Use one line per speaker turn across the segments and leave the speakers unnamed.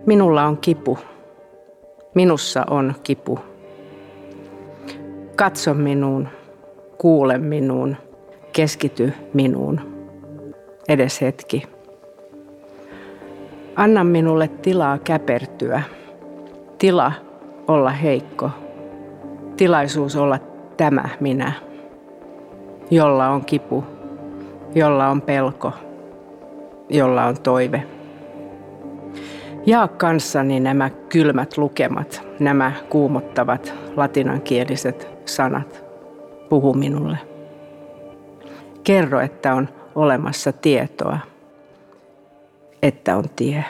Minulla on kipu. Minussa on kipu. Katso minuun, kuule minuun, keskity minuun. Edes hetki. Anna minulle tilaa käpertyä. Tila olla heikko. Tilaisuus olla tämä minä, jolla on kipu, jolla on pelko, jolla on toive. Jaa kanssani nämä kylmät lukemat, nämä kuumottavat latinankieliset sanat. Puhu minulle. Kerro, että on olemassa tietoa, että on tie.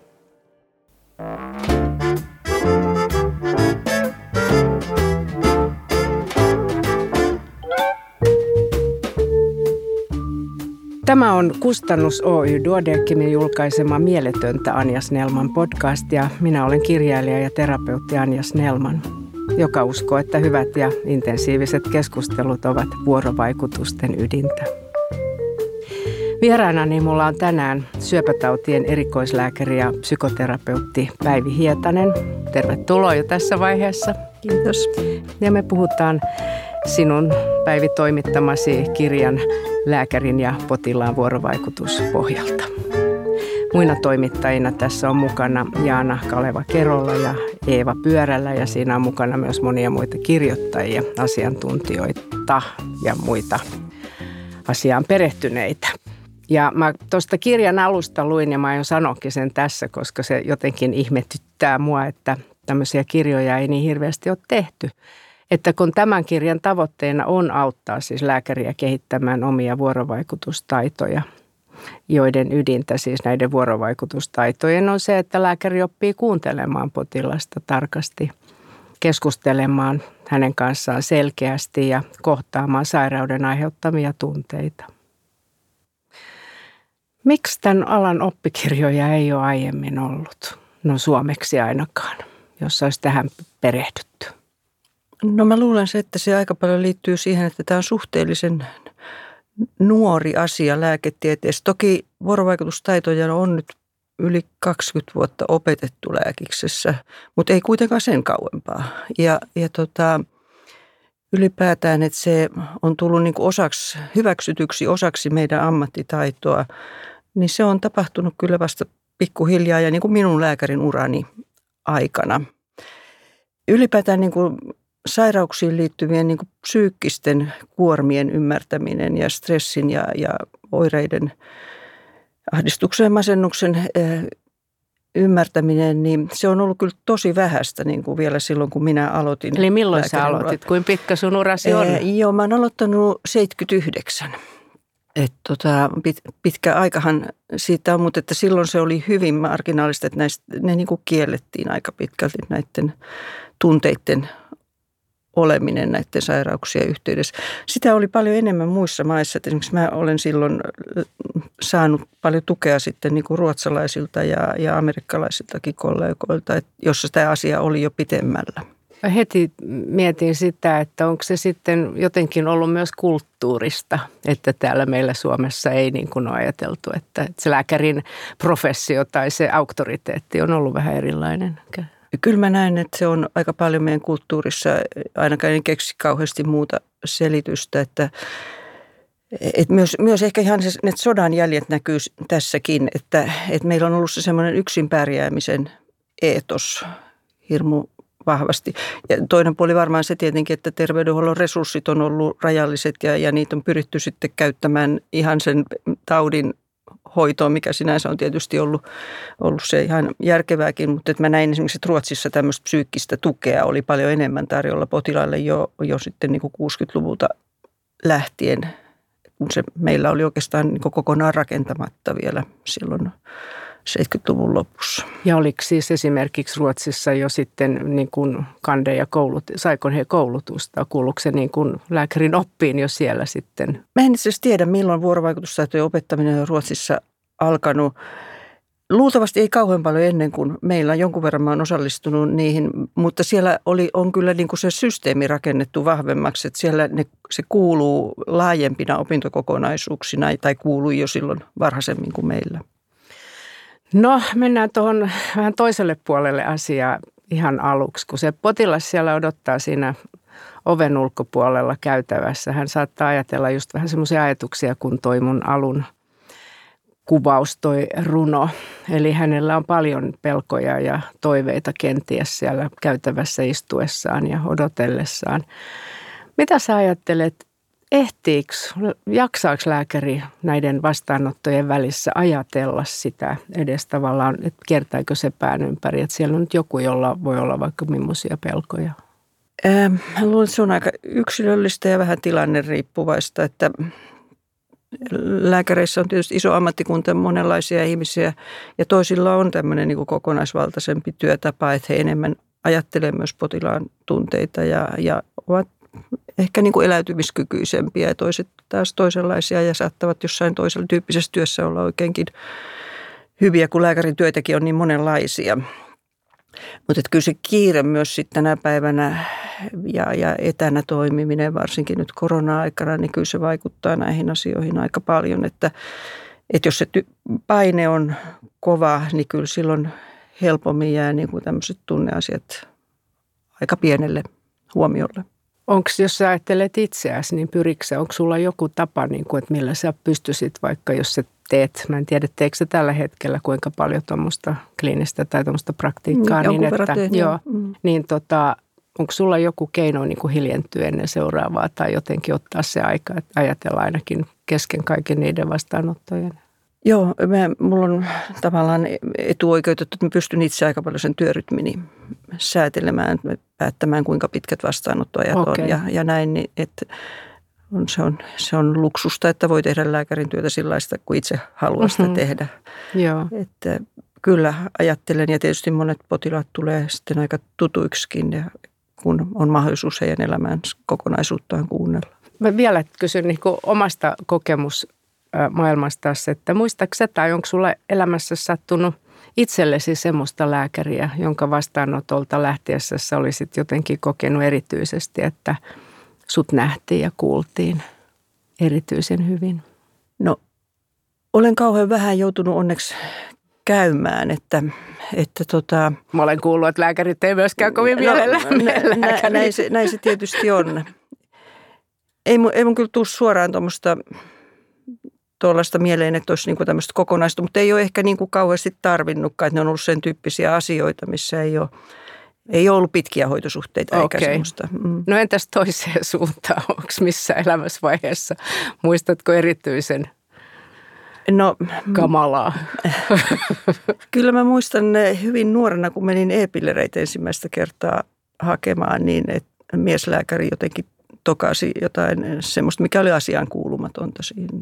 Tämä on Kustannus Oy Duodecimin julkaisema Mieletöntä Anja Snellman podcast ja minä olen kirjailija ja terapeutti Anja Snellman, joka uskoo, että hyvät ja intensiiviset keskustelut ovat vuorovaikutusten ydintä. Vieraanani mulla on tänään syöpätautien erikoislääkäri ja psykoterapeutti Päivi Hietanen. Tervetuloa jo tässä vaiheessa.
Kiitos.
Ja me puhutaan sinun, Päivi, toimittamasi kirjan Lääkärin ja potilaan vuorovaikutuspohjalta. Muina toimittajina tässä on mukana Jaana Kaleva-Kerola ja Eeva Pyörällä ja siinä on mukana myös monia muita kirjoittajia, asiantuntijoita ja muita asiaan perehtyneitä. Ja mä tuosta kirjan alusta luin ja mä aion sanoakin sen tässä, koska se jotenkin ihmetyttää mua, että tämmöisiä kirjoja ei niin hirveästi ole tehty. Että kun tämän kirjan tavoitteena on auttaa siis lääkäriä kehittämään omia vuorovaikutustaitoja, joiden ydintä siis näiden vuorovaikutustaitojen on se, että lääkäri oppii kuuntelemaan potilasta tarkasti, keskustelemaan hänen kanssaan selkeästi ja kohtaamaan sairauden aiheuttamia tunteita. Miksi tämän alan oppikirjoja ei ole aiemmin ollut? No suomeksi ainakaan, jos olisi tähän perehdytty.
No mä luulen se, että se aika paljon liittyy siihen, että tämä on suhteellisen nuori asia lääketieteessä. Toki vuorovaikutustaitoja on nyt yli 20 vuotta opetettu lääkiksessä, mutta ei kuitenkaan sen kauempaa. Ja ylipäätään, että se on tullut niin kuin hyväksytyksi osaksi meidän ammattitaitoa, niin se on tapahtunut kyllä vasta pikkuhiljaa ja niin kuin minun lääkärin urani aikana. Ylipäätään niin kuin sairauksiin liittyvien niin kuin psyykkisten kuormien ymmärtäminen ja stressin ja oireiden, ahdistuksen ja masennuksen ymmärtäminen, niin se on ollut kyllä tosi vähäistä niin kuin vielä silloin, kun minä aloitin.
Eli milloin sä aloitit? Kuinka pitkä sun urasi on?
Joo, mä oon aloittanut 79. Pitkä aikahan siitä on, mutta että silloin se oli hyvin marginaalista, että ne niin kuin kiellettiin aika pitkälti näiden tunteiden oleminen näiden sairauksien yhteydessä. Sitä oli paljon enemmän muissa maissa. Että esimerkiksi mä olen silloin saanut paljon tukea sitten niin kuin ruotsalaisilta ja amerikkalaisiltakin kollegoilta, jossa tämä asia oli jo pitemmällä.
Heti mietin sitä, että onko se sitten jotenkin ollut myös kulttuurista, että täällä meillä Suomessa ei niin kuin ole ajateltu, että se lääkärin professio tai se auktoriteetti on ollut vähän erilainen.
Kyllä mä näen, että se on aika paljon meidän kulttuurissa, ainakaan en keksi kauheasti muuta selitystä, että myös ehkä ihan ne sodan jäljet näkyy tässäkin, että meillä on ollut se semmoinen yksin pärjäämisen eetos hirmu vahvasti. Ja toinen puoli varmaan se tietenkin, että terveydenhuollon resurssit on ollut rajalliset ja niitä on pyritty sitten käyttämään ihan sen taudin hoitoon, mikä sinänsä on tietysti ollut se ihan järkevääkin, mutta että mä näin esimerkiksi, että Ruotsissa tämmöistä psyykkistä tukea oli paljon enemmän tarjolla potilaille jo sitten niin kuin 60-luvulta lähtien, kun se meillä oli oikeastaan niin kuin kokonaan rakentamatta vielä silloin 70-luvun lopussa.
Ja oliko siis esimerkiksi Ruotsissa jo sitten niin kuin saiko he koulutusta? Kuuluuko se niin kuin lääkärin oppiin jo siellä sitten?
Mä en itse asiassa tiedä, milloin vuorovaikutustaitojen opettaminen on Ruotsissa alkanut. Luultavasti ei kauhean paljon ennen kuin meillä jonkun verran mä oon osallistunut niihin, mutta siellä on kyllä niin kuin se systeemi rakennettu vahvemmaksi, että siellä se kuuluu laajempina opintokokonaisuuksina tai kuului jo silloin varhaisemmin kuin meillä.
No mennään tuohon vähän toiselle puolelle asiaa ihan aluksi, kun se potilas siellä odottaa siinä oven ulkopuolella käytävässä. Hän saattaa ajatella just vähän semmoisia ajatuksia kuin toi mun alun kuvaus, toi runo. Eli hänellä on paljon pelkoja ja toiveita kenties siellä käytävässä istuessaan ja odotellessaan. Mitä sä ajattelet, jaksaako lääkäri näiden vastaanottojen välissä ajatella sitä edes tavallaan, että kiertääkö se pään ympäri, että siellä on nyt joku, jolla voi olla vaikka millaisia pelkoja?
Mä luulen, että se on aika yksilöllistä ja vähän tilanne riippuvaista, että lääkäreissä on tietysti iso ammattikunta, monenlaisia ihmisiä ja toisilla on tämmöinen niin kuin kokonaisvaltaisempi työtapa, että he enemmän ajattelee myös potilaan tunteita ja ovat ehkä niin kuin eläytymiskykyisempiä ja toiset taas toisenlaisia ja saattavat jossain toisella tyyppisessä työssä olla oikeinkin hyviä, kun lääkärin työtäkin on niin monenlaisia. Mutta kyllä se kiire myös sitten tänä päivänä ja etänä toimiminen, varsinkin nyt korona-aikana, niin kyllä se vaikuttaa näihin asioihin aika paljon. Että jos se paine on kova, niin kyllä silloin helpommin jää niin kuin tämmöiset tunneasiat aika pienelle huomiolle.
Onko, jos sä ajattelet itseäsi, niin onko sulla joku tapa, niin kuin, että millä sä pystyisit, vaikka jos sä teet, mä en tiedä, teekö sä tällä hetkellä kuinka paljon tuommoista kliinistä tai tuommoista praktiikkaa, onko sulla joku keino niin kuin hiljentyä ennen seuraavaa tai jotenkin ottaa se aika, että ajatella ainakin kesken kaiken niiden vastaanottojen?
Joo, mulla on tavallaan etuoikeutettu, että mä pystyn itse aika paljon sen työrytmini säätelemään, päättämään kuinka pitkät vastaanottoajat on ja näin, niin että se on luksusta, että voi tehdä lääkärin työtä sellaista, kun itse haluaa sitä tehdä.
Joo.
Että kyllä ajattelen ja tietysti monet potilaat tulee sitten aika tutuiksikin, ja kun on mahdollisuus heidän elämään kokonaisuuttaan kuunnella.
Mä vielä kysyn niin kuin omasta kokemusmaailmastasi, että muistatko sä tai onko sulla elämässä sattunut itsellesi semmoista lääkäriä, jonka vastaanotolta lähtiessä sä olisit jotenkin kokenut erityisesti, että sut nähtiin ja kuultiin erityisen hyvin?
No, olen kauhean vähän joutunut onneksi käymään, että
Mä olen kuullut, että lääkärit ei myöskään kovin mielellään
näin se tietysti on. Ei mun kyllä tule suoraan tuollaista mieleen, että olisi niinku tämmöistä kokonaista, mutta ei ole ehkä niinku kauheasti tarvinnutkaan, että ne on ollut sen tyyppisiä asioita, missä ei ole ollut pitkiä hoitosuhteita eikä semmoista.
No entäs toiseen suuntaan? Onko missä elämäsvaiheessa? Muistatko erityisen kamalaa?
Kyllä mä muistan hyvin nuorena, kun menin e-pillereitä ensimmäistä kertaa hakemaan, niin että mieslääkäri jotenkin tokasi jotain semmoista, mikä oli asiaan kuulumatonta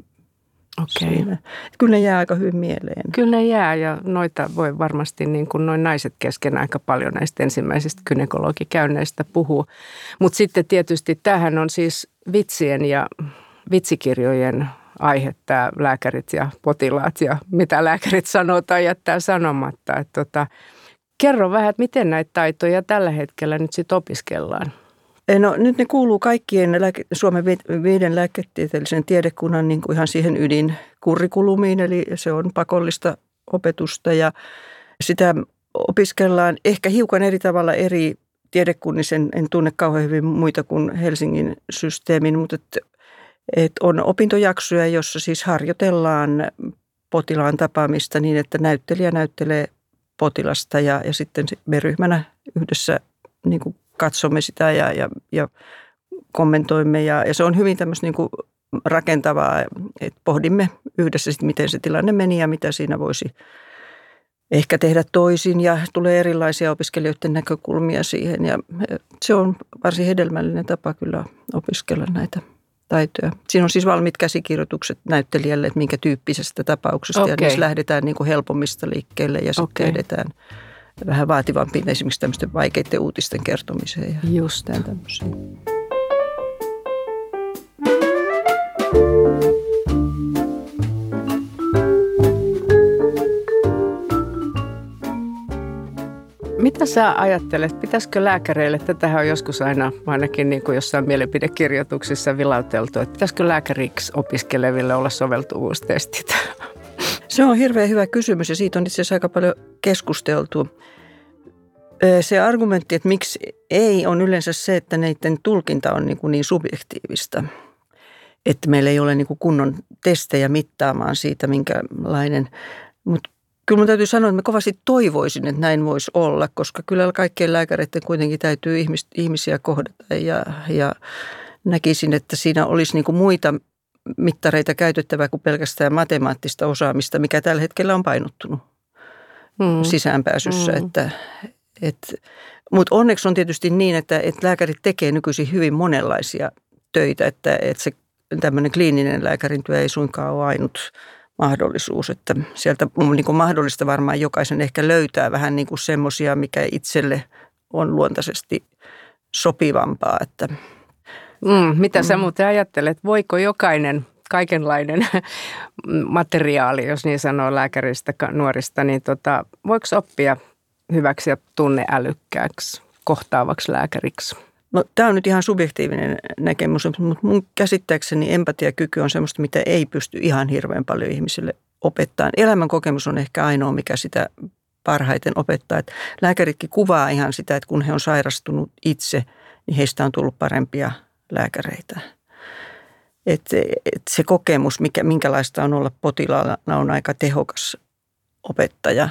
siinä. Kyllä ne jää aika hyvin mieleen.
Kyllä ne jää ja noita voi varmasti niin kuin noin naiset kesken aika paljon näistä ensimmäisistä gynekologikäynneistä puhuu. Mutta sitten tietysti tämähän on siis vitsien ja vitsikirjojen aihe, tämä lääkärit ja potilaat ja mitä lääkärit sanoo tai jättää sanomatta. Kerro vähän, että miten näitä taitoja tällä hetkellä nyt sitten opiskellaan?
No nyt ne kuuluu kaikkien Suomen 5 lääketieteellisen tiedekunnan niin kuin ihan siihen ydinkurrikulumiin, eli se on pakollista opetusta ja sitä opiskellaan ehkä hiukan eri tavalla eri tiedekunnissa. En tunne kauhean hyvin muita kuin Helsingin systeemin, mutta on opintojaksoja, jossa siis harjoitellaan potilaan tapaamista niin, että näyttelijä näyttelee potilasta ja sitten me ryhmänä yhdessä niin kuin katsomme sitä ja kommentoimme ja se on hyvin tämmöistä niin kuin rakentavaa, että pohdimme yhdessä sitten, miten se tilanne meni ja mitä siinä voisi ehkä tehdä toisin ja tulee erilaisia opiskelijoiden näkökulmia siihen ja se on varsin hedelmällinen tapa kyllä opiskella näitä taitoja. Siinä on siis valmiit käsikirjoitukset näyttelijälle, että minkä tyyppisestä tapauksesta ja niissä lähdetään niin kuin helpommista liikkeelle ja sitten edetään vähän vaativampiin esimerkiksi tämmöisten vaikeiden uutisten kertomiseen ja
just
tämmöiseen.
Mitä sä ajattelet, pitäisikö lääkäreille, tätähän on joskus ainakin niin kuin jossain mielipidekirjoituksissa vilauteltu, että pitäisikö lääkäriksi opiskeleville olla soveltuvuustestit?
Se on hirveän hyvä kysymys ja siitä on itse asiassa aika paljon keskusteltu. Se argumentti, että miksi ei, on yleensä se, että näiden tulkinta on niin subjektiivista. Että meillä ei ole niin kuin kunnon testejä mittaamaan siitä, minkälainen. Mutta kyllä minun täytyy sanoa, että mä kovasti toivoisin, että näin voisi olla, koska kyllä kaikkien lääkäreiden kuitenkin täytyy ihmisiä kohdata. Ja näkisin, että siinä olisi niin kuin muita mittareita käytettävää kuin pelkästään matemaattista osaamista, mikä tällä hetkellä on painottunut sisäänpääsyssä. Mutta onneksi on tietysti niin, että lääkärit tekee nykyisin hyvin monenlaisia töitä, että se tämmöinen kliininen lääkärin työ ei suinkaan ole ainut mahdollisuus. Että sieltä on niin kuin mahdollista varmaan jokaisen ehkä löytää vähän niin kuin semmoisia, mikä itselle on luontaisesti sopivampaa.
Mitä sä muuten ajattelet? Voiko jokainen kaikenlainen materiaali, jos niin sanoo lääkäristä, nuorista, niin voiko oppia hyväksi ja tunneälykkääksi, kohtaavaksi lääkäriksi?
No, tämä on nyt ihan subjektiivinen näkemys, mutta mun käsittääkseni empatiakyky on semmoista, mitä ei pysty ihan hirveän paljon ihmisille opettamaan. Elämän kokemus on ehkä ainoa, mikä sitä parhaiten opettaa. Että lääkäritkin kuvaa ihan sitä, että kun he on sairastunut itse, niin heistä on tullut parempia lääkäreitä. Että se kokemus, minkälaista on olla potilaalla, on aika tehokas opettaja.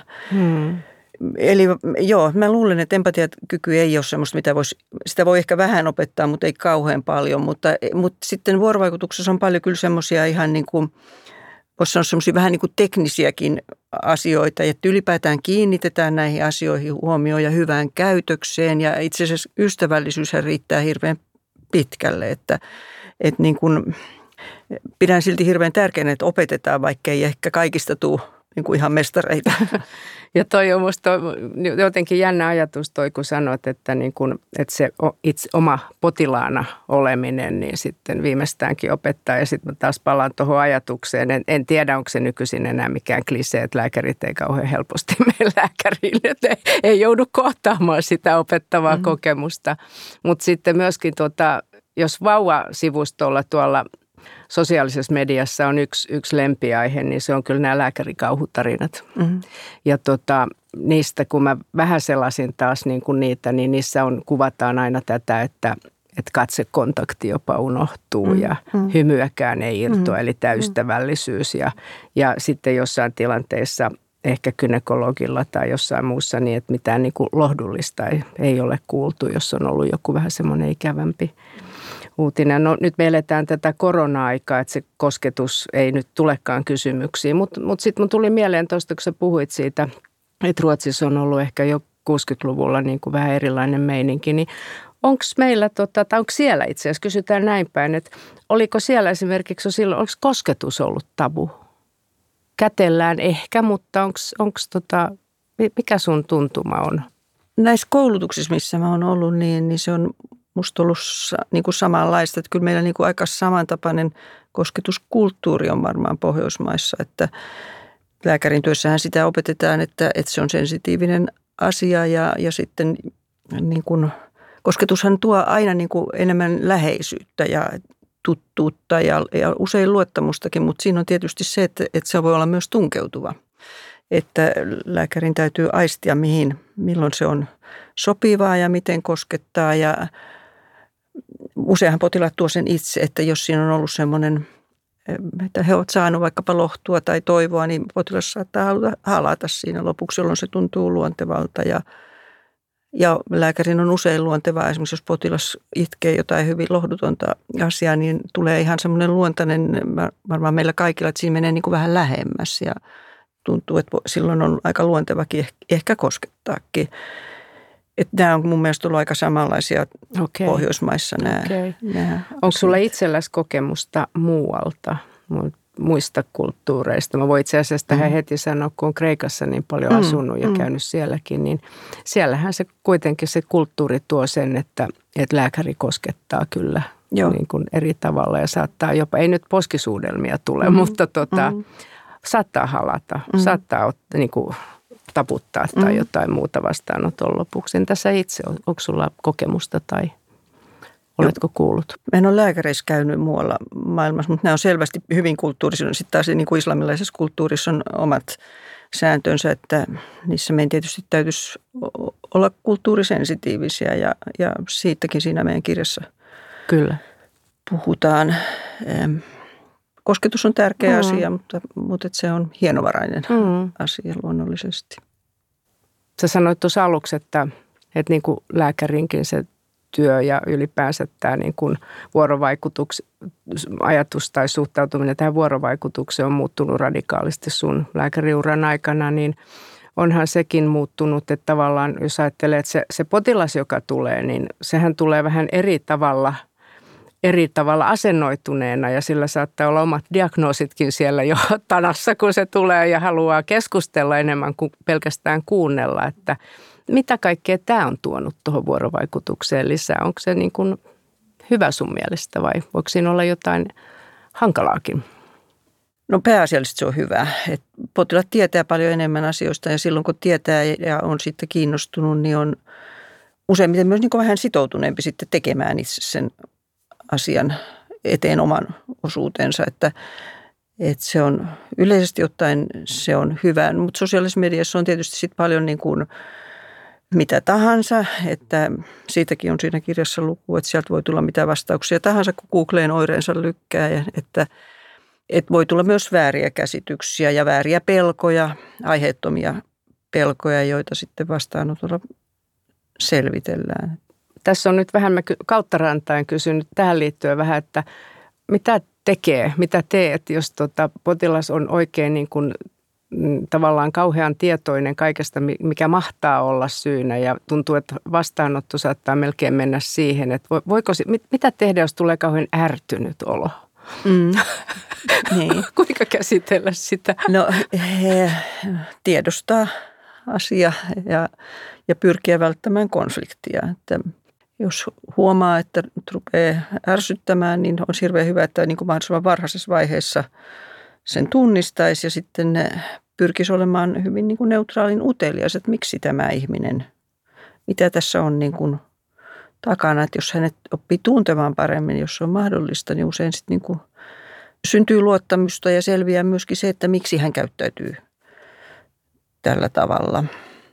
Eli joo, mä luulen, että empatiakyky ei ole semmoista, sitä voi ehkä vähän opettaa, mutta ei kauhean paljon. Mutta sitten vuorovaikutuksessa on paljon kyllä semmoisia ihan niin kuin, voisi sanoa semmoisia vähän niin kuin teknisiäkin asioita, että ylipäätään kiinnitetään näihin asioihin huomioon ja hyvään käytökseen. Ja itse asiassa ystävällisyyshän riittää hirveän pitkälle, että niin kuin, pidän silti hirveän tärkeänä, että opetetaan, vaikka ei ehkä kaikista tule niin kuin ihan mestareita.
Ja toi on musta jotenkin jännä ajatus toi, kun sanot, että, niin kun, että se itse oma potilaana oleminen, niin sitten viimeistäänkin opettaa. Ja sitten mä taas palaan tuohon ajatukseen. En tiedä, onko se nykyisin enää mikään klisee, että lääkärit ei kauhean helposti mene lääkäriin. Että ei joudu kohtaamaan sitä opettavaa kokemusta. Mutta sitten myöskin, jos vauvasivustolla tuolla sosiaalisessa mediassa on yksi lempiaihe, niin se on kyllä nämä lääkärikauhutarinat. Ja niistä, kun mä vähän selasin taas niin kuin niitä, niin niissä kuvataan aina tätä, että katsekontakti jopa unohtuu ja hymyäkään ei irtoa, eli täystävällisyys. Ja sitten jossain tilanteessa ehkä gynekologilla tai jossain muussa niin, että mitään niin kuin lohdullista ei ole kuultu, jos on ollut joku vähän semmoinen ikävämpi uutinen. No nyt me eletään tätä korona-aikaa, että se kosketus ei nyt tulekaan kysymyksiin, mutta sitten mun tuli mieleen tuosta, kun sä puhuit siitä, että Ruotsissa on ollut ehkä jo 60-luvulla niin kuin vähän erilainen meininki, niin onko meillä, tai onko siellä itse asiassa, kysytään näin päin, että oliko siellä esimerkiksi silloin, onko kosketus ollut tabu? Kätellään ehkä, mutta onko mikä sun tuntuma on?
Näissä koulutuksissa, missä mä oon ollut, niin se on musta ollut niin kuin samanlaista, että kyllä meillä niin kuin aika samantapainen kosketuskulttuuri on varmaan Pohjoismaissa, että lääkärin työssähän sitä opetetaan, että se on sensitiivinen asia ja sitten niin kuin, kosketushan tuo aina niin kuin enemmän läheisyyttä ja tuttuutta ja usein luottamustakin, mutta siinä on tietysti se, että se voi olla myös tunkeutuva, että lääkärin täytyy aistia milloin se on sopivaa ja miten koskettaa ja useinhan potilaat tuo sen itse, että jos siinä on ollut semmoinen, että he ovat saaneet vaikkapa lohtua tai toivoa, niin potilas saattaa haluta halata siinä lopuksi, jolloin se tuntuu luontevalta. Ja lääkärin on usein luontevaa, esimerkiksi jos potilas itkee jotain hyvin lohdutonta asiaa, niin tulee ihan semmoinen luontainen, varmaan meillä kaikilla, että siinä menee niin kuin vähän lähemmäs ja tuntuu, että silloin on aika luontevakin ehkä koskettaakin. Että nämä on mun mielestä ollut aika samanlaisia Pohjoismaissa nämä
Onko sulla itselläsi kokemusta muualta, muista kulttuureista? Mä voin itse asiassa tähän heti sanoa, kun on Kreikassa niin paljon asunut ja käynyt sielläkin, niin siellähän se kuitenkin se kulttuuri tuo sen, että lääkäri koskettaa kyllä niin kuin eri tavalla ja saattaa jopa, ei nyt poskisuudelmia tule, mutta saattaa halata, saattaa niin kuin taputtaa tai jotain muuta vastaanoton lopuksi. Tässä itse, onko sulla kokemusta tai Oletko kuullut?
Mä en ole lääkäreissä käynyt muualla maailmassa, mutta nämä on selvästi hyvin kulttuurisia. Sitten taas niin kuin islamilaisessa kulttuurissa on omat sääntönsä, että niissä meidän tietysti täytyisi olla kulttuurisensitiivisiä ja siitäkin siinä meidän kirjassa
Kyllä.
puhutaan. Kosketus on tärkeä asia, mutta se on hienovarainen asia luonnollisesti.
Sä sanoit tuossa aluksi, että niin kuin lääkärinkin se työ ja ylipäänsä tämä niin kuin ajatus tai suhtautuminen tähän vuorovaikutukseen on muuttunut radikaalisti sun lääkäriuran aikana, niin onhan sekin muuttunut, että tavallaan jos ajattelee, että se potilas, joka tulee, niin sehän tulee vähän eri tavalla asennoituneena ja sillä saattaa olla omat diagnoositkin siellä jo tanassa, kun se tulee ja haluaa keskustella enemmän kuin pelkästään kuunnella, että mitä kaikkea tämä on tuonut tuohon vuorovaikutukseen lisää? Onko se niin kuin hyvä sun mielestä vai voiko siinä olla jotain hankalaakin?
No pääasiallisesti se on hyvä. Et potilaat tietää paljon enemmän asioista ja silloin kun tietää ja on sitten kiinnostunut, niin on useimmiten myös niin kuin vähän sitoutuneempi sitten tekemään itse sen asian eteen oman osuutensa. Että se on yleisesti ottaen se on hyvä, mutta sosiaalisessa mediassa on tietysti sitten paljon niin kuin mitä tahansa, että siitäkin on siinä kirjassa luku, että sieltä voi tulla mitä vastauksia tahansa, kun Googleen oireensa lykkää, että voi tulla myös vääriä käsityksiä ja vääriä pelkoja, aiheettomia pelkoja, joita sitten vastaanotolla selvitellään.
Tässä on nyt vähän kautta rantain kysynyt tähän liittyen vähän, että mitä teet, jos potilas on oikein niin kuin tavallaan kauhean tietoinen kaikesta, mikä mahtaa olla syynä ja tuntuu, että vastaanotto saattaa melkein mennä siihen, että mitä tehdä, jos tulee kauhean ärtynyt olo?
Niin.
Kuinka käsitellä sitä?
No tiedostaa asia ja pyrkiä välttämään konfliktia. Että jos huomaa, että rupeaa ärsyttämään, niin on hirveän hyvä, että niin kuin mahdollisimman varhaisessa vaiheessa sen tunnistaisi ja sitten pyrkisi olemaan hyvin niin kuin neutraalin utelias, että miksi tämä ihminen, mitä tässä on niin kuin takana. Että jos hänet oppii tuntemaan paremmin, jos se on mahdollista, niin usein sitten niin kuin syntyy luottamusta ja selviää myöskin se, että miksi hän käyttäytyy tällä tavalla.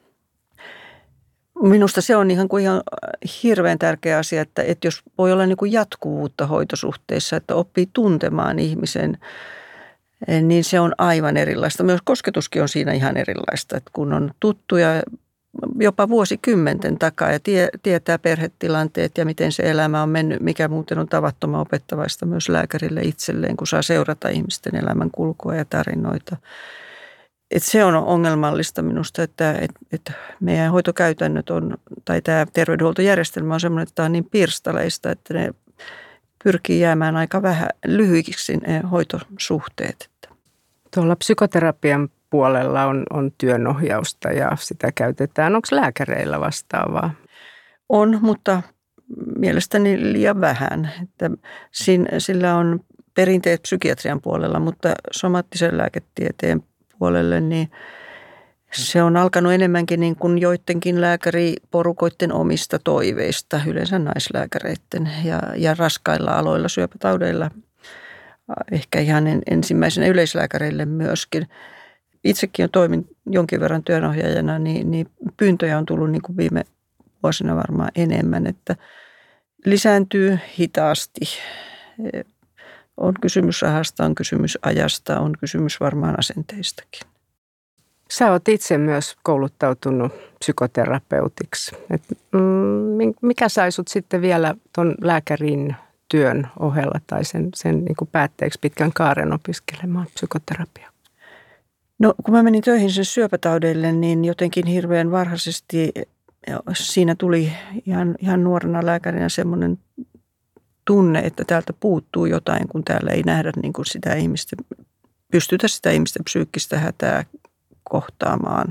Minusta se on ihan hirveän tärkeä asia, että jos voi olla niin kuin jatkuvuutta hoitosuhteissa, että oppii tuntemaan ihmisen, niin se on aivan erilaista. Myös kosketuskin on siinä ihan erilaista, että kun on tuttuja jopa vuosikymmenten takaa ja tietää perhetilanteet ja miten se elämä on mennyt, mikä muuten on tavattoman opettavaista myös lääkärille itselleen, kun saa seurata ihmisten elämän kulkua ja tarinoita. Että se on ongelmallista minusta, että meidän hoitokäytännöt tai tämä terveydenhuoltojärjestelmä on sellainen, että tämä on niin pirstaleista, että ne pyrkii jäämään aika vähän lyhyiksi ne hoitosuhteet.
Tuolla psykoterapian puolella on työnohjausta ja sitä käytetään. Onko lääkäreillä vastaavaa?
On, mutta mielestäni liian vähän. Että sillä on perinteet psykiatrian puolella, mutta somaattisen lääketieteen puolelle, niin se on alkanut enemmänkin niin kuin joidenkin lääkäriporukoiden omista toiveista, yleensä naislääkäreiden ja raskailla aloilla, syöpätaudeilla, ehkä ihan ensimmäisenä yleislääkäreille myöskin. Itsekin toimin jonkin verran työnohjaajana, niin pyyntöjä on tullut niin kuin viime vuosina varmaan enemmän, että lisääntyy hitaasti. On kysymys rahasta, on kysymys ajasta, on kysymys varmaan asenteistakin.
Sä oot itse myös kouluttautunut psykoterapeutiksi. Mikä sai sut sitten vielä ton lääkärin työn ohella tai sen niin kuin päätteeksi pitkän kaaren opiskelemaan psykoterapiaa?
No kun mä menin töihin sen syöpätaudeille, niin jotenkin hirveän varhaisesti siinä tuli ihan nuorena lääkärinä semmoinen tunne, että täältä puuttuu jotain, kun täällä ei nähdä niin kuin pystytä sitä ihmisten psyykkistä hätää kohtaamaan.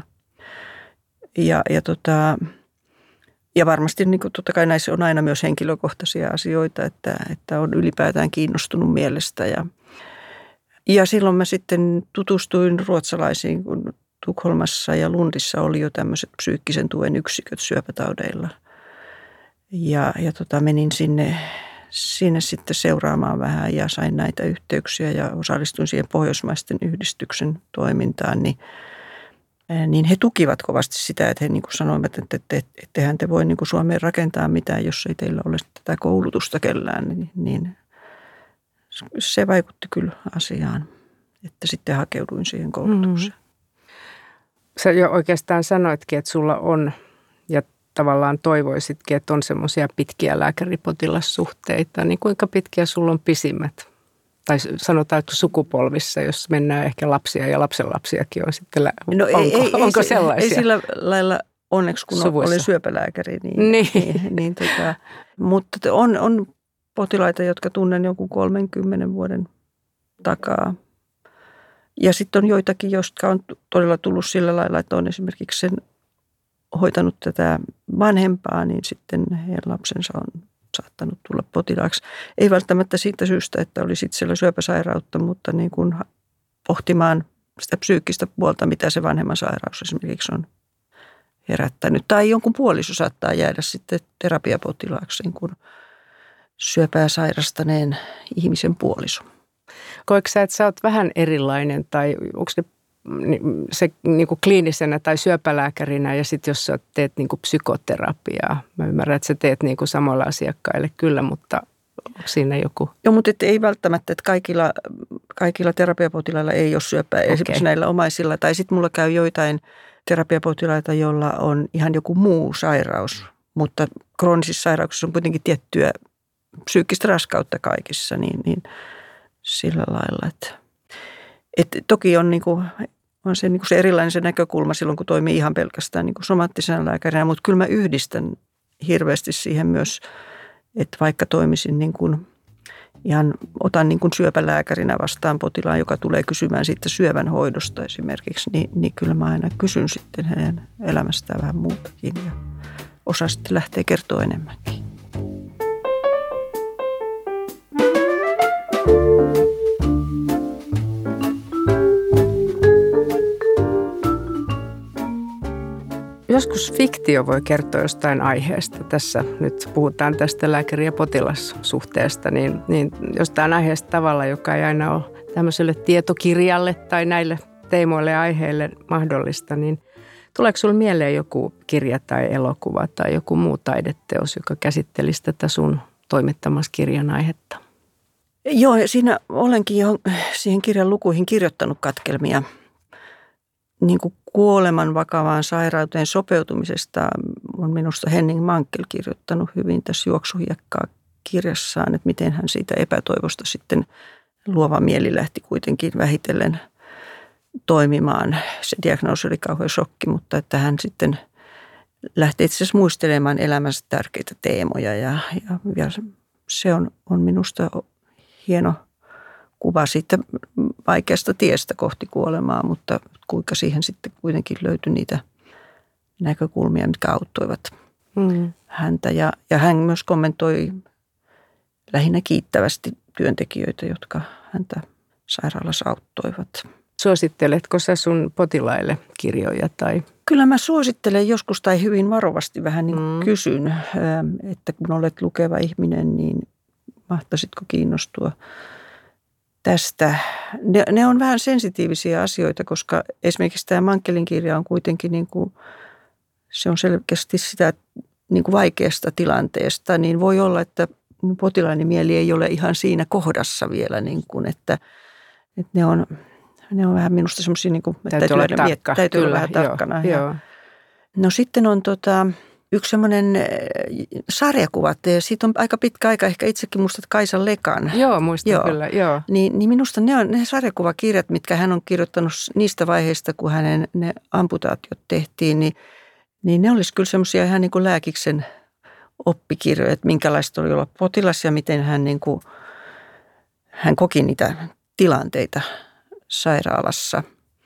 Ja varmasti niin kuin totta kai näissä on aina myös henkilökohtaisia asioita, että on ylipäätään kiinnostunut mielestä. Ja silloin mä sitten tutustuin ruotsalaisiin, kun Tukholmassa ja Lundissa oli jo tämmöiset psyykkisen tuen yksiköt syöpätaudeilla. Ja menin sinne sinne sitten seuraamaan vähän ja sain näitä yhteyksiä ja osallistuin siihen Pohjoismaisten yhdistyksen toimintaan, niin he tukivat kovasti sitä, että he niin kuin sanoivat, että ettehän te voi niin kuin Suomeen rakentaa mitään, jos ei teillä ole tätä koulutusta kellään, niin se vaikutti kyllä asiaan, että sitten hakeuduin siihen koulutukseen.
Sä jo oikeastaan sanoitkin, että sulla on ja tavallaan toivoisitkin, että on semmoisia pitkiä lääkäripotilassuhteita, niin kuinka pitkiä sulla on pisimmät? Tai sanotaan, että sukupolvissa, jos mennään ehkä lapsia ja lapsenlapsiakin on sitten, onko sellaisia?
Ei sillä lailla onneksi, kun
suvuissa.
olen syöpälääkäri. Mutta on potilaita, jotka tunnen jonkun 30 vuoden takaa. Ja sitten on joitakin, jotka on todella tullut sillä lailla, että on esimerkiksi sen hoitanut tätä vanhempaa, niin sitten heidän lapsensa on saattanut tulla potilaaksi. Ei välttämättä siitä syystä, että olisi itsellä syöpäsairautta, mutta niin kuin pohtimaan sitä psyykkistä puolta, mitä se vanhemman sairaus esimerkiksi on herättänyt. Tai jonkun puoliso saattaa jäädä sitten terapiapotilaaksi, niin kuin syöpää sairastaneen ihmisen puoliso.
Koetko sä, että sä oot vähän erilainen tai onko se niin kuin kliinisenä tai syöpälääkärinä ja sitten jos sä teet niin kuin psykoterapiaa, mä ymmärrän, että sä teet niin kuin samoilla asiakkaille kyllä, mutta onko siinä joku?
Joo, mutta ei välttämättä, että kaikilla terapiapotilailla ei ole syöpää, esimerkiksi näillä omaisilla. Tai sitten mulla käy joitain terapiapotilaita, joilla on ihan joku muu sairaus, mutta kroonisissa sairauksissa on kuitenkin tiettyä psyykkistä raskautta kaikissa, niin sillä lailla, että toki on, on se, se erilainen se näkökulma silloin, kun toimii ihan pelkästään somaattisena lääkärinä, mutta kyllä mä yhdistän hirveästi siihen myös, että vaikka toimisin otan syöpälääkärinä vastaan potilaan, joka tulee kysymään siitä syövän hoidosta esimerkiksi, niin kyllä mä aina kysyn sitten hänen elämästään vähän muutakin ja osa sitten lähtee kertoa enemmänkin.
Joskus fiktio voi kertoa jostain aiheesta. Tässä nyt puhutaan tästä lääkäri- ja potilassuhteesta, niin jostain aiheesta tavalla, joka ei aina ole tämmöiselle tietokirjalle tai näille teemoille ja aiheille mahdollista, niin tuleeko sinulle mieleen joku kirja tai elokuva tai joku muu taideteos, joka käsittelisi tätä sun toimittamassa kirjan aihetta?
Joo, siinä olenkin jo siihen kirjan lukuihin kirjoittanut katkelmia. Niin kuin kuoleman vakavaan sairauteen sopeutumisesta on minusta Henning Mankell kirjoittanut hyvin tässä Juoksuhiekkaa kirjassaan, että miten hän siitä epätoivosta sitten luova mieli lähti kuitenkin vähitellen toimimaan. Se diagnoosi oli kauhean shokki, mutta että hän sitten lähti itse asiassa muistelemaan elämänsä tärkeitä teemoja ja se on minusta hieno kuva siitä vaikeasta tiestä kohti kuolemaa, mutta kuinka siihen sitten kuitenkin löytyi niitä näkökulmia, mitkä auttoivat häntä. Ja hän myös kommentoi lähinnä kiittävästi työntekijöitä, jotka häntä sairaalassa auttoivat.
Suositteletko sä sun potilaille kirjoja tai?
Kyllä mä suosittelen joskus tai hyvin varovasti vähän niin kuin kysyn, että kun olet lukeva ihminen, niin mahtaisitko kiinnostua tästä. Ne on vähän sensitiivisiä asioita, koska esimerkiksi tämä Mankellin kirja on kuitenkin se on selkeästi sitä vaikeasta tilanteesta, niin voi olla, että potilaani mieli ei ole ihan siinä kohdassa vielä, että ne on vähän minusta semmoisia,
täytyy olla tarkka.
Täytyy olla vähän tarkkana.
Joo.
No sitten on yksi semmoinen sarjakuva, siitä on aika pitkä aika, ehkä itsekin muistat Kaisa Lekan.
Joo, muistan kyllä, joo.
Niin minusta ne sarjakuvakirjat, mitkä hän on kirjoittanut niistä vaiheista, kun hänen ne amputaatiot tehtiin, niin ne olisi kyllä semmoisia ihan niin kuin lääkiksen oppikirjoja, että minkälaista oli olla potilas ja miten hän koki niitä tilanteita sairaalassa.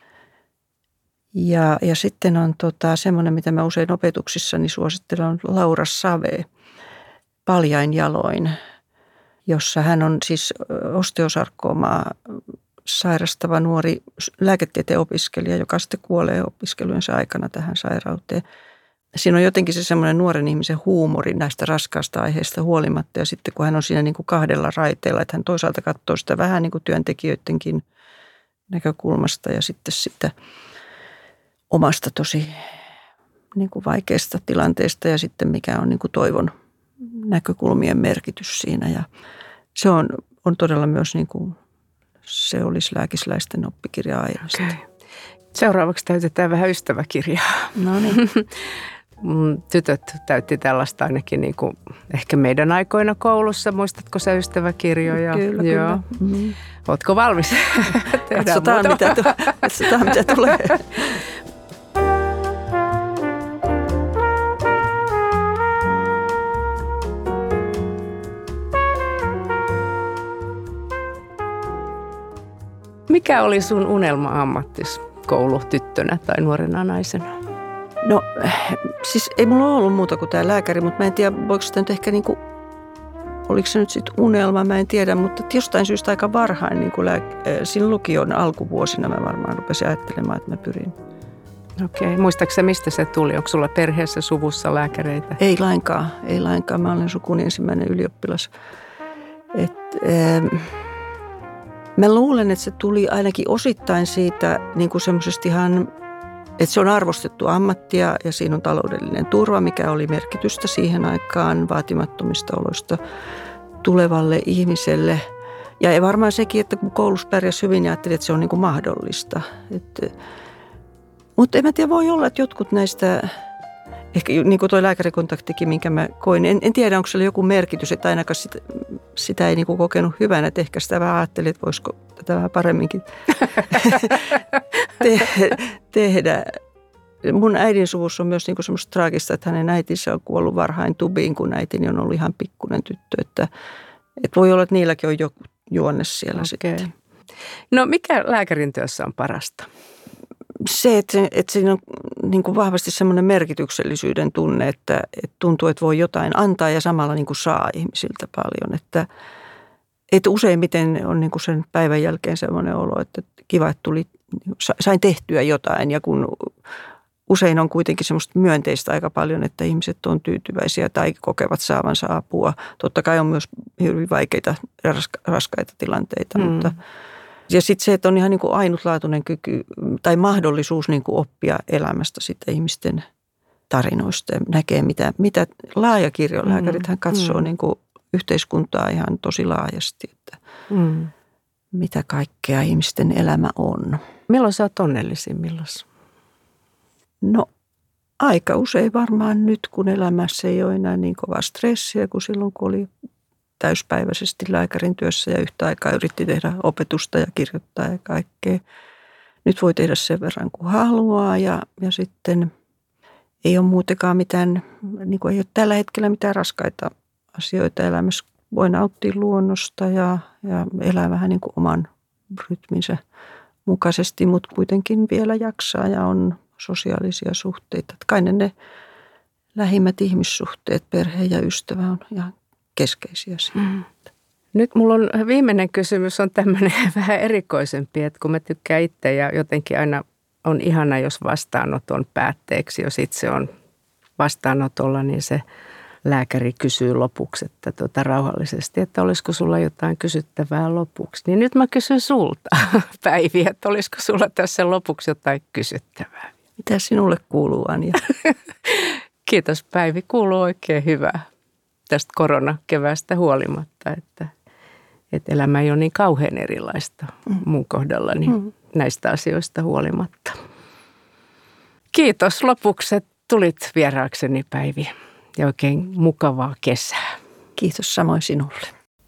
Ja sitten on semmoinen, mitä mä usein opetuksissani suosittelen, on Laura Save, Paljain jaloin, jossa hän on siis osteosarkoomaa sairastava nuori lääketieteen opiskelija, joka sitten kuolee opiskelujensa aikana tähän sairauteen. siinä on jotenkin se semmoinen nuoren ihmisen huumori näistä raskaasta aiheista huolimatta. Ja sitten kun hän on siinä niin kuin kahdella raiteella, että hän toisaalta katsoo sitä vähän niin kuin työntekijöidenkin näkökulmasta ja sitten sitä omasta tosi niin kuin vaikeasta tilanteesta ja sitten mikä on niin kuin toivon näkökulmien merkitys siinä. Ja se on todella myös niin kuin se olisi lääkisläisten oppikirja-aineesta.
Okay. Seuraavaksi täytetään vähän ystäväkirjaa.
No niin.
Tytöt täytti tällaista ainakin niin kuin ehkä meidän aikoina koulussa. Muistatko sä ystäväkirjoja?
Kyllä,
Joo.
kyllä. Mm.
Ootko valmis?
Katsotaan mitä tulee.
Mikä oli sun unelma-ammattis koulutyttönä tai nuorena naisena?
No siis ei mulla ole ollut muuta kuin tämä lääkäri, mutta mä en tiedä, voiko sitä nyt ehkä niin kuin, oliko se nyt sitten unelma, mä en tiedä, mutta jostain syystä aika varhain, niin kuin siinä lukion alkuvuosina mä varmaan rupesin ajattelemaan, että mä pyrin.
Okei, muistatko sä, mistä se tuli? Onko sulla perheessä, suvussa lääkäreitä?
Ei lainkaan. Mä olen sukuni ensimmäinen ylioppilas. Mä luulen, että se tuli ainakin osittain siitä niin kuin semmoisesta ihan, että se on arvostettu ammattia ja siinä on taloudellinen turva, mikä oli merkitystä siihen aikaan vaatimattomista oloista tulevalle ihmiselle. Ja varmaan sekin, että kun koulussa pärjäsi hyvin ja ajattelin, että se on niin kuin mahdollista. Mutta en mä tiedä, voi olla, että jotkut näistä, ehkä niin kuin tuo lääkärikontaktikin, minkä mä koin, en tiedä, onko sillä joku merkitys, että ainakaan sitä ei niin kuin kokenut hyvänä, että ehkä sitä vähän ajattelin, että voisiko tätä vähän paremminkin tehdä. Mun äidin suvussa on myös niin kuin semmoista traagista, että hänen äitinsä on kuollut varhain tubiin, kun äitini on ollut ihan pikkuinen tyttö, että voi olla, että niilläkin on joku juonne siellä sitten.
No mikä lääkärin työssä on parasta?
Se, että siinä on niin kuin vahvasti semmoinen merkityksellisyyden tunne, että tuntuu, että voi jotain antaa ja samalla niin kuin saa ihmisiltä paljon. Että useimmiten on niin kuin sen päivän jälkeen semmoinen olo, että kiva, että sain tehtyä jotain. Ja kun usein on kuitenkin semmoista myönteistä aika paljon, että ihmiset on tyytyväisiä tai kokevat saavansa apua. Totta kai on myös hyvin vaikeita ja raskaita tilanteita, mutta ja sitten se, että on ihan niin kuin ainutlaatuinen kyky tai mahdollisuus niin kuin oppia elämästä sitten ihmisten tarinoista ja näkee, mitä laaja kirjo. Lääkärithän katsoo niin kuin yhteiskuntaa ihan tosi laajasti, että mitä kaikkea ihmisten elämä on.
Milloin sä oot onnellisimmillaan?
No aika usein varmaan nyt, kun elämässä ei ole enää niin kovaa stressiä kuin silloin, kun oli täyspäiväisesti lääkärin työssä ja yhtä aikaa yritti tehdä opetusta ja kirjoittaa ja kaikkea. Nyt voi tehdä sen verran kuin haluaa ja sitten ei ole muutenkaan mitään, niin kuin ei ole tällä hetkellä mitään raskaita asioita elämässä. Voi nauttia luonnosta ja elää vähän niin kuin oman rytminsä mukaisesti, mutta kuitenkin vielä jaksaa ja on sosiaalisia suhteita. Kai ne lähimmät ihmissuhteet, perhe ja ystävä on ihan keskeisiä siinä.
Nyt mulla on viimeinen kysymys on tämmöinen vähän erikoisempi, että kun mä tykkään itse ja jotenkin aina on ihana, jos vastaanoton päätteeksi, jos itse on vastaanotolla, niin se lääkäri kysyy lopuksi, että rauhallisesti, että olisiko sulla jotain kysyttävää lopuksi. Niin nyt mä kysyn sulta, Päivi, että olisiko sulla tässä lopuksi jotain kysyttävää?
Mitä sinulle kuuluu, Anja?
Kiitos, Päivi. Kuuluu oikein hyvää tästä koronakeväästä huolimatta, että elämä ei ole niin kauhean erilaista mun kohdallani näistä asioista huolimatta. Kiitos lopuksi, että tulit vieraakseni, Päivi, ja oikein mukavaa kesää.
Kiitos samoin sinulle.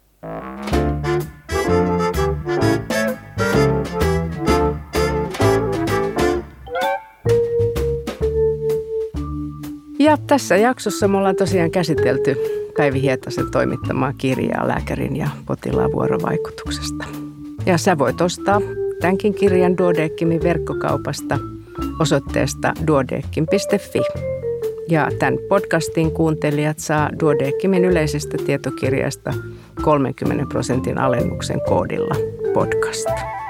Ja tässä jaksossa me ollaan tosiaan käsitelty Päivi Hietasen toimittamaa kirjaa lääkärin ja potilaan vuorovaikutuksesta. Ja sä voit ostaa tämänkin kirjan Duodeckimin verkkokaupasta osoitteesta duodeckim.fi. Ja tämän podcastin kuuntelijat saa Duodeckimin yleisestä tietokirjasta 30% alennuksen koodilla podcast.